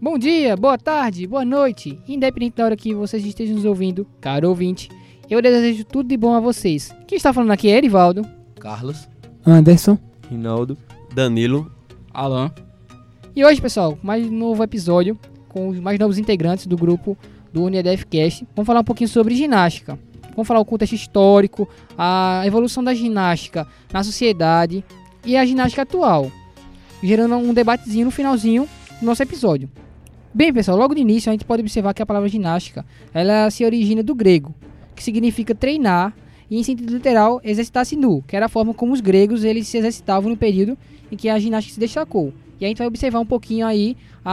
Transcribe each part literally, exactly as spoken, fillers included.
Bom dia, boa tarde, boa noite, independente da hora que vocês estejam nos ouvindo, caro ouvinte, eu desejo tudo de bom a vocês. Quem está falando aqui é Erivaldo, Carlos, Anderson, Rinaldo, Danilo, Alan. E hoje, pessoal, mais um novo episódio com os mais novos integrantes do grupo do UniEDFcast. Vamos falar um pouquinho sobre ginástica. Vamos falar o contexto histórico, a evolução da ginástica na sociedade e a ginástica atual, gerando um debatezinho no finalzinho do nosso episódio. Bem, pessoal, logo de início a gente pode observar que a palavra ginástica ela se origina do grego, que significa treinar e, em sentido literal, exercitar-se nu, que era a forma como os gregos eles se exercitavam no período em que a ginástica se destacou. E a gente vai observar um pouquinho aí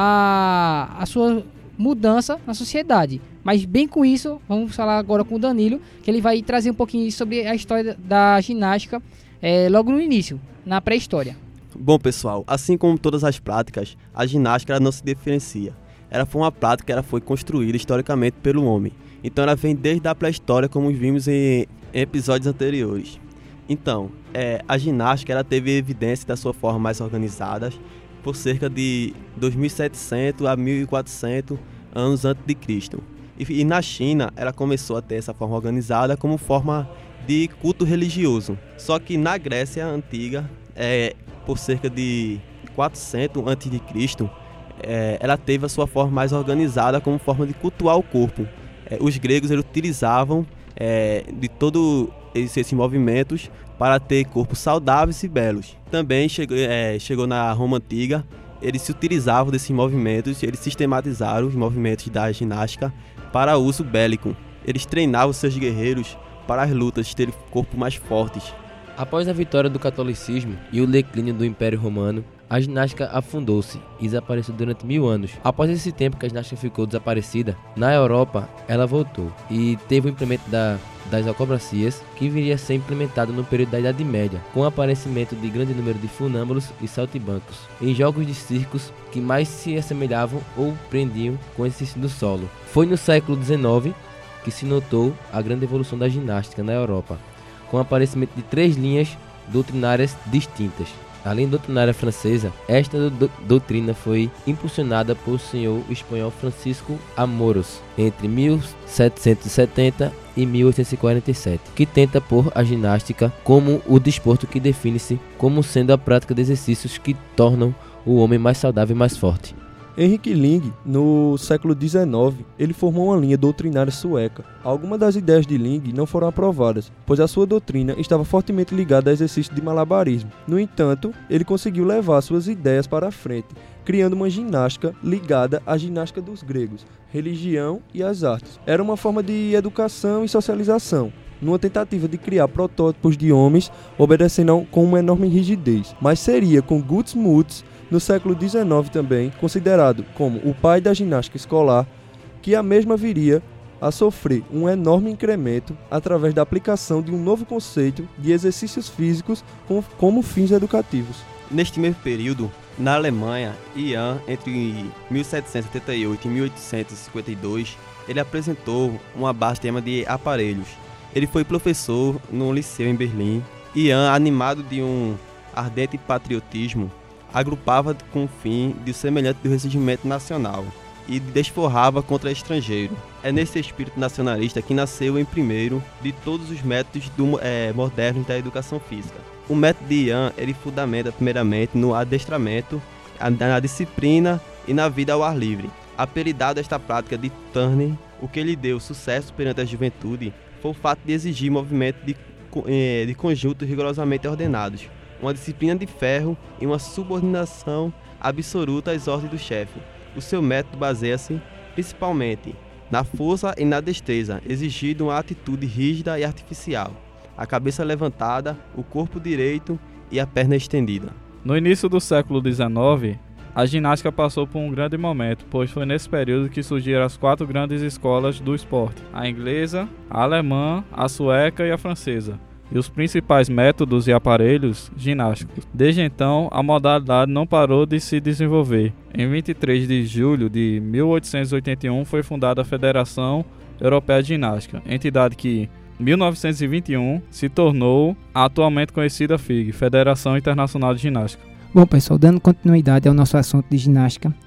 a, a sua mudança na sociedade. Mas bem com isso, vamos falar agora com o Danilo, que ele vai trazer um pouquinho sobre a história da ginástica é, logo no início, na pré-história. Bom, pessoal, assim como todas as práticas, a ginástica ela não se diferencia. Ela foi uma prática que ela foi construída historicamente pelo homem. Então ela vem desde a pré-história, como vimos em, em episódios anteriores. Então, é, a ginástica ela teve evidência da sua forma mais organizada por cerca de dois mil e setecentos a mil e quatrocentos anos antes de Cristo. E, e na China ela começou a ter essa forma organizada como forma de culto religioso. Só que na Grécia Antiga, é, por cerca de quatrocentos antes de Cristo, é, ela teve a sua forma mais organizada como forma de cultuar o corpo. É, os gregos eles utilizavam é, de todos esses movimentos para ter corpos saudáveis e belos. Também chegou, é, chegou na Roma Antiga, eles se utilizavam desses movimentos, eles sistematizaram os movimentos da ginástica para uso bélico. Eles treinavam seus guerreiros para as lutas terem corpos mais fortes. Após a vitória do catolicismo e o declínio do Império Romano, a ginástica afundou-se e desapareceu durante mil anos. Após esse tempo que a ginástica ficou desaparecida, na Europa ela voltou e teve o implemento da, das acrobacias, que viria a ser implementado no período da Idade Média, com o aparecimento de grande número de funâmbulos e saltimbancos, em jogos de circos que mais se assemelhavam ou prendiam com o exercício do solo. Foi no século dezenove que se notou a grande evolução da ginástica na Europa, com o aparecimento de três linhas doutrinárias distintas. Além da doutrinária francesa, esta do- doutrina foi impulsionada por senhor espanhol Francisco Amoros entre mil setecentos e setenta e mil oitocentos e quarenta e sete, que tenta pôr a ginástica como o desporto que define-se como sendo a prática de exercícios que tornam o homem mais saudável e mais forte. Henrik Ling, no século dezenove, ele formou uma linha doutrinária sueca. Algumas das ideias de Ling não foram aprovadas, pois a sua doutrina estava fortemente ligada a exercício de malabarismo. No entanto, ele conseguiu levar suas ideias para a frente, criando uma ginástica ligada à ginástica dos gregos, religião e às artes. Era uma forma de educação e socialização, numa tentativa de criar protótipos de homens obedecendo com uma enorme rigidez. Mas seria com Gutsmuth, no século dezenove também, considerado como o pai da ginástica escolar, que a mesma viria a sofrer um enorme incremento através da aplicação de um novo conceito de exercícios físicos com, como fins educativos. Neste mesmo período, na Alemanha, Ian, entre mil setecentos e setenta e oito e mil oitocentos e cinquenta e dois, ele apresentou uma base tema de aparelhos. Ele foi professor no liceu em Berlim. Ian, animado de um ardente patriotismo, agrupava com o fim de semelhante do ressurgimento nacional e desforrava contra estrangeiro. É nesse espírito nacionalista que nasceu em primeiro de todos os métodos do, é, modernos da educação física. O método de Ian ele fundamenta primeiramente no adestramento, na disciplina e na vida ao ar livre. Apelidado esta prática de Turner, o que lhe deu sucesso perante a juventude foi o fato de exigir movimento de, de conjuntos rigorosamente ordenados, uma disciplina de ferro e uma subordinação absoluta às ordens do chefe. O seu método baseia-se principalmente na força e na destreza, exigindo uma atitude rígida e artificial, a cabeça levantada, o corpo direito e a perna estendida. No início do século dezenove, a ginástica passou por um grande momento, pois foi nesse período que surgiram as quatro grandes escolas do esporte: a inglesa, a alemã, a sueca e a francesa, e os principais métodos e aparelhos ginásticos. Desde então, a modalidade não parou de se desenvolver. Em vinte e três de julho de mil oitocentos e oitenta e um foi fundada a Federação Europeia de Ginástica, entidade que, em mil novecentos e vinte e um, se tornou a atualmente conhecida F I G, Federação Internacional de Ginástica. Bom, pessoal, dando continuidade ao nosso assunto de ginástica,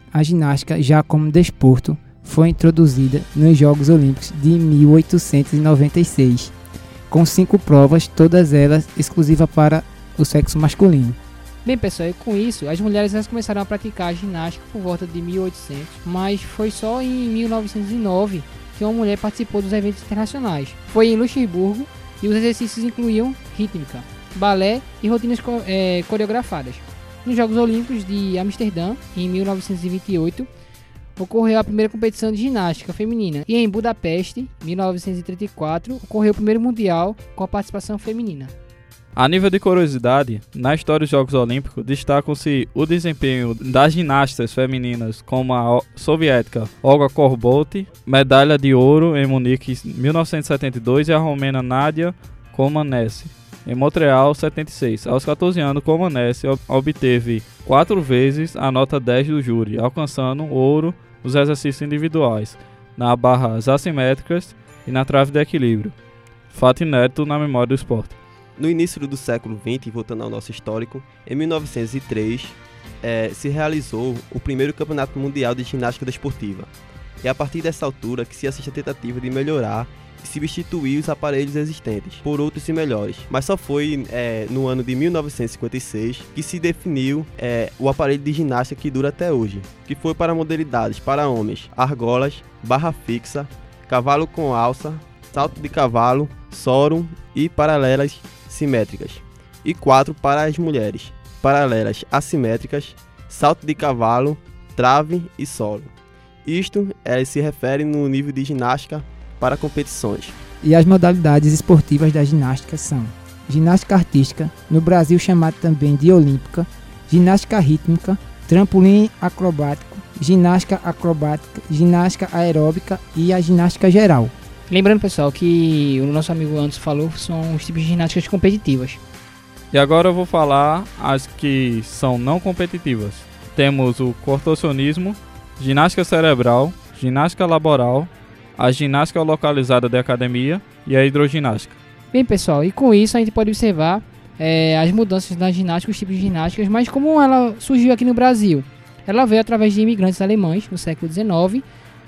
a ginástica, já como desporto, foi introduzida nos Jogos Olímpicos de mil oitocentos e noventa e seis, com cinco provas, todas elas exclusivas para o sexo masculino. Bem, pessoal, e com isso, as mulheres elas começaram a praticar a ginástica por volta de mil e oitocentos, mas foi só em mil novecentos e nove que uma mulher participou dos eventos internacionais. Foi em Luxemburgo e os exercícios incluíam rítmica, balé e rotinas co- é, coreografadas. Nos Jogos Olímpicos de Amsterdã, em mil novecentos e vinte e oito, ocorreu a primeira competição de ginástica feminina, e em Budapeste, mil novecentos e trinta e quatro, ocorreu o primeiro mundial com a participação feminina. A nível de curiosidade, na história dos Jogos Olímpicos destacam-se o desempenho das ginastas femininas como a soviética Olga Korbut, medalha de ouro em Munique em mil novecentos e setenta e dois, e a romena Nadia Comaneci em Montreal setenta e seis. Aos catorze anos, Comaneci obteve quatro vezes a nota dez do júri, alcançando ouro nos exercícios individuais, na barras assimétricas e na trave de equilíbrio. Fato inédito na memória do esporte. No início do século vinte, voltando ao nosso histórico, em mil novecentos e três eh, se realizou o primeiro Campeonato Mundial de Ginástica Desportiva. É a partir dessa altura que se assiste a tentativa de melhorar e substituir os aparelhos existentes por outros e melhores. Mas só foi é, no ano de mil novecentos e cinquenta e seis que se definiu é, o aparelho de ginástica que dura até hoje, que foi para modalidades para homens: argolas, barra fixa, cavalo com alça, salto de cavalo, slalom e paralelas simétricas, e quatro para as mulheres: paralelas assimétricas, salto de cavalo, trave e solo. Isto é, se refere no nível de ginástica para competições. E as modalidades esportivas da ginástica são ginástica artística, no Brasil chamada também de olímpica, ginástica rítmica, trampolim acrobático, ginástica acrobática, ginástica aeróbica e a ginástica geral. Lembrando, pessoal, que o nosso amigo Anderson falou são os tipos de ginásticas competitivas. E agora eu vou falar as que são não competitivas. Temos o contorcionismo, ginástica cerebral, ginástica laboral, a ginástica localizada de academia e a hidroginástica. Bem, pessoal, e com isso a gente pode observar é, as mudanças na ginástica, os tipos de ginásticas, mas como ela surgiu aqui no Brasil? Ela veio através de imigrantes alemães no século dezenove,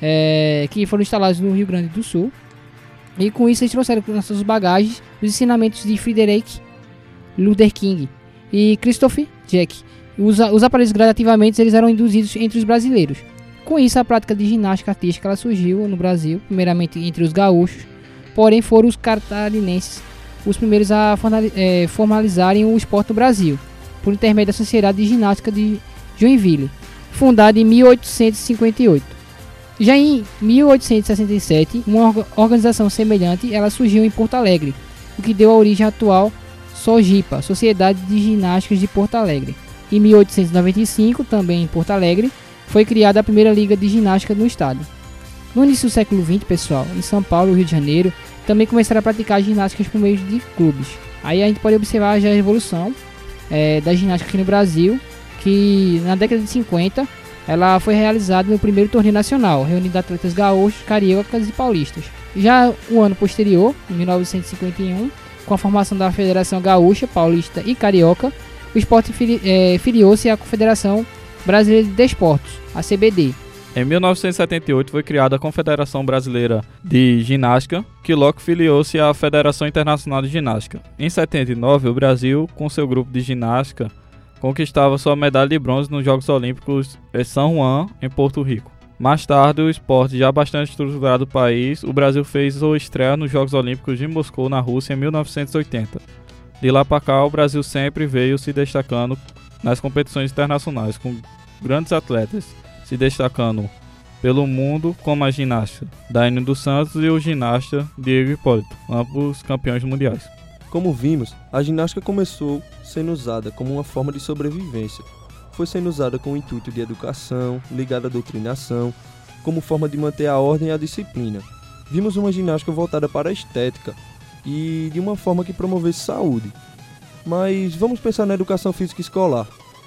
é, que foram instalados no Rio Grande do Sul, e com isso eles trouxeram nas suas bagagens os ensinamentos de Friedrich Luther King e Christoph Jack. Os, os aparelhos gradativamente eles eram induzidos entre os brasileiros. Com isso, a prática de ginástica artística ela surgiu no Brasil, primeiramente entre os gaúchos, porém foram os catarinenses os primeiros a formalizarem o esporte no Brasil, por intermédio da Sociedade de Ginástica de Joinville, fundada em mil oitocentos e cinquenta e oito. Já em mil oitocentos e sessenta e sete, uma organização semelhante ela surgiu em Porto Alegre, o que deu a origem à atual SOGIPA, Sociedade de Ginásticas de Porto Alegre. Em mil oitocentos e noventa e cinco, também em Porto Alegre, foi criada a primeira liga de ginástica no estado. No início do século vinte, pessoal, em São Paulo e Rio de Janeiro, também começaram a praticar ginásticas por meio de clubes. Aí a gente pode observar já a evolução é, da ginástica aqui no Brasil, que na década de cinquenta ela foi realizada no primeiro torneio nacional, reunindo atletas gaúchos, cariocas e paulistas. Já o ano posterior, em mil novecentos e cinquenta e um, com a formação da Federação Gaúcha, Paulista e Carioca, o esporte fili- é, filiou-se à Confederação Brasileira de Desportos, a C B D. Em mil novecentos e setenta e oito foi criada a Confederação Brasileira de Ginástica, que logo filiou-se à Federação Internacional de Ginástica. Em setenta e nove, o Brasil, com seu grupo de ginástica, conquistava sua medalha de bronze nos Jogos Olímpicos em São Juan, em Porto Rico. Mais tarde, o esporte já bastante estruturado do país, o Brasil fez sua estreia nos Jogos Olímpicos de Moscou, na Rússia, em mil novecentos e oitenta. De lá para cá, o Brasil sempre veio se destacando nas competições internacionais, com grandes atletas se destacando pelo mundo, como a ginasta Daiane dos Santos e o ginasta Diego Hipólito, ambos campeões mundiais. Como vimos, a ginástica começou sendo usada como uma forma de sobrevivência. Foi sendo usada com o intuito de educação, ligada à doutrinação, como forma de manter a ordem e a disciplina. Vimos uma ginástica voltada para a estética e de uma forma que promovesse saúde. Mas vamos pensar na educação física escolar.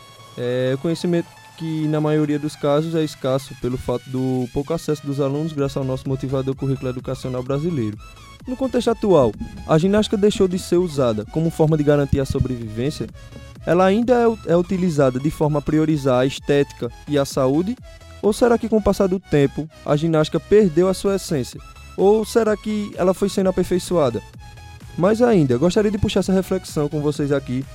É conhecimento que na maioria dos casos é escasso pelo fato do pouco acesso dos alunos graças ao nosso motivador curricular educacional brasileiro. No contexto atual, a ginástica deixou de ser usada como forma de garantir a sobrevivência ela ainda é, é utilizada de forma a priorizar a estética e a saúde? Ou será que com o passar do tempo a ginástica perdeu a sua essência? Ou será que ela foi sendo aperfeiçoada? Mais ainda, gostaria de puxar essa reflexão com vocês aqui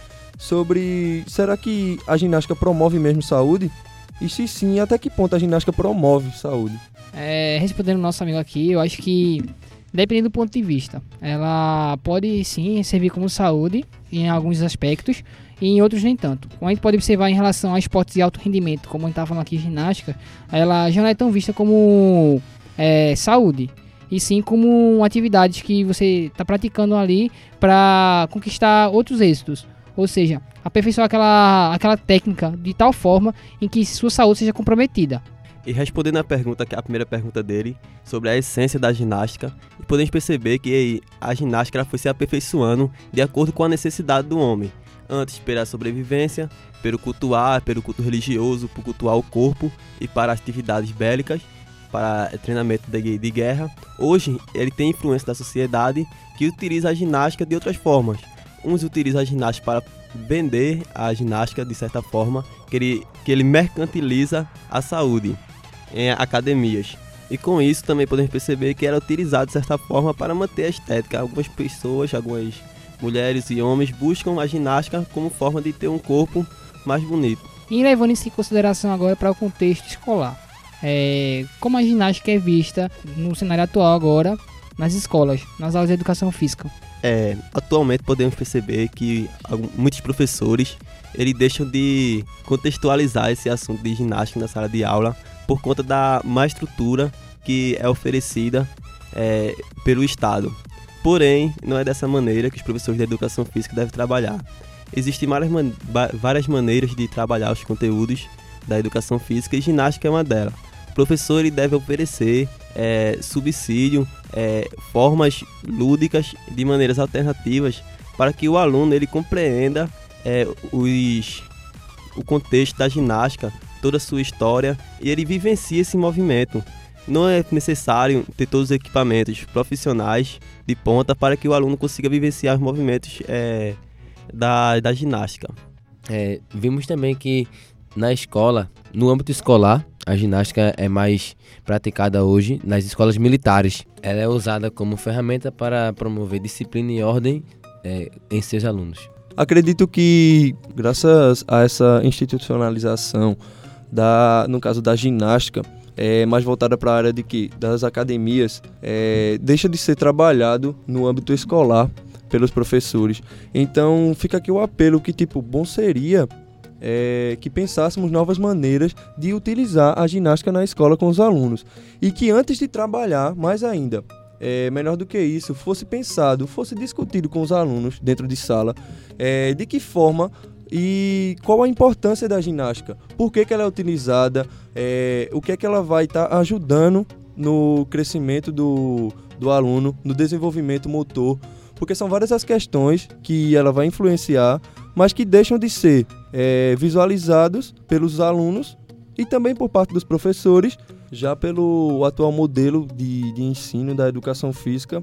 sobre, será que a ginástica promove mesmo saúde? E se sim, até que ponto a ginástica promove saúde? É, respondendo o nosso amigo aqui, eu acho que, dependendo do ponto de vista, ela pode sim servir como saúde em alguns aspectos e em outros nem tanto. Como a gente pode observar em relação a esportes de alto rendimento, como a gente estava falando aqui, ginástica, ela já não é tão vista como é, saúde, e sim como uma atividade que você está praticando ali para conquistar outros êxitos. Ou seja, aperfeiçoar aquela, aquela técnica de tal forma em que sua saúde seja comprometida. E respondendo a pergunta, a primeira pergunta dele, sobre a essência da ginástica, podemos perceber que a ginástica ela foi se aperfeiçoando de acordo com a necessidade do homem. Antes, pela sobrevivência, pelo cultuar, pelo culto religioso, por cultuar o corpo e para atividades bélicas, para treinamento de, de guerra. Hoje, ele tem influência da sociedade que utiliza a ginástica de outras formas. Uns utilizam a ginástica para vender a ginástica de certa forma, que ele, que ele mercantiliza a saúde em academias. E com isso também podemos perceber que era utilizado de certa forma para manter a estética. Algumas pessoas, algumas mulheres e homens buscam a ginástica como forma de ter um corpo mais bonito. E levando isso em consideração agora para o contexto escolar. É, como a ginástica é vista no cenário atual agora nas escolas, nas aulas de educação física? É, atualmente podemos perceber que muitos professores eles deixam de contextualizar esse assunto de ginástica na sala de aula por conta da má estrutura que é oferecida é, pelo Estado. Porém, não é dessa maneira que os professores de educação física devem trabalhar. Existem várias, man- várias maneiras de trabalhar os conteúdos da educação física e ginástica é uma delas. O professor ele deve oferecer é, subsídio, é, formas lúdicas de maneiras alternativas para que o aluno ele compreenda é, os, o contexto da ginástica, toda a sua história e ele vivencie esse movimento. Não é necessário ter todos os equipamentos profissionais de ponta para que o aluno consiga vivenciar os movimentos é, da, da ginástica. É, vimos também que na escola, no âmbito escolar, a ginástica é mais praticada hoje nas escolas militares. Ela é usada como ferramenta para promover disciplina e ordem é, em seus alunos. Acredito que, graças a essa institucionalização, da, no caso da ginástica, é, mais voltada para a área de que, das academias, é, deixa de ser trabalhado no âmbito escolar pelos professores. Então fica aqui o apelo que tipo, bom seria é, que pensássemos novas maneiras de utilizar a ginástica na escola com os alunos. E que antes de trabalhar, mais ainda, é, melhor do que isso, fosse pensado, fosse discutido com os alunos dentro de sala, é, de que forma e qual a importância da ginástica, por que, que ela é utilizada, é, o que é que ela vai estar tá ajudando no crescimento do, do aluno, no desenvolvimento motor, porque são várias as questões que ela vai influenciar, mas que deixam de ser é, visualizados pelos alunos e também por parte dos professores, já pelo atual modelo de, de ensino da educação física,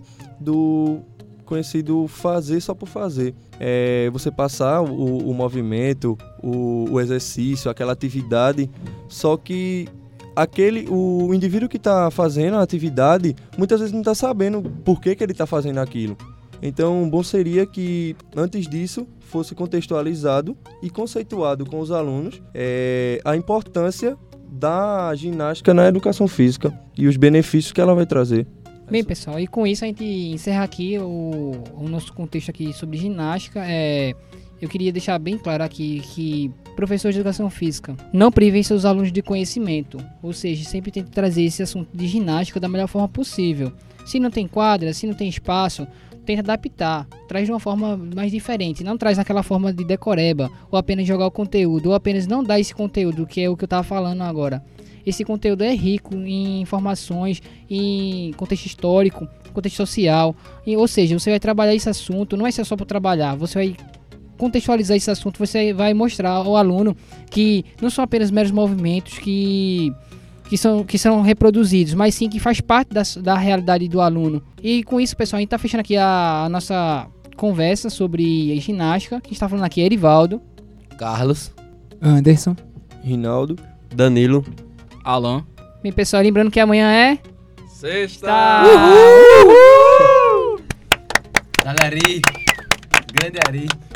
do conhecido fazer só por fazer. É, você passar o, o movimento, o, o exercício, aquela atividade, só que aquele, o indivíduo que está fazendo a atividade, muitas vezes não está sabendo por que, que ele está fazendo aquilo. Então, bom seria que, antes disso, fosse contextualizado e conceituado com os alunos é, a importância da ginástica na educação física e os benefícios que ela vai trazer. Bem, pessoal, e com isso a gente encerra aqui o, o nosso contexto aqui sobre ginástica. É, eu queria deixar bem claro aqui que professores de educação física não privem seus alunos de conhecimento, ou seja, sempre tentem trazer esse assunto de ginástica da melhor forma possível. Se não tem quadra, se não tem espaço, tenta adaptar, traz de uma forma mais diferente, não traz naquela forma de decoreba, ou apenas jogar o conteúdo, ou apenas não dar esse conteúdo, que é o que eu estava falando agora. Esse conteúdo é rico em informações, em contexto histórico, contexto social, e, ou seja, você vai trabalhar esse assunto, não é só para trabalhar, você vai contextualizar esse assunto, você vai mostrar ao aluno que não são apenas meros movimentos que... Que são, que são reproduzidos, mas sim que faz parte da, da realidade do aluno. E com isso, pessoal, a gente está fechando aqui a, a nossa conversa sobre ginástica. Quem está falando aqui é Erivaldo. Carlos. Anderson. Rinaldo. Danilo. Alan. Bem, pessoal, lembrando que amanhã é... Sexta! Tá. Galera, grande Ari.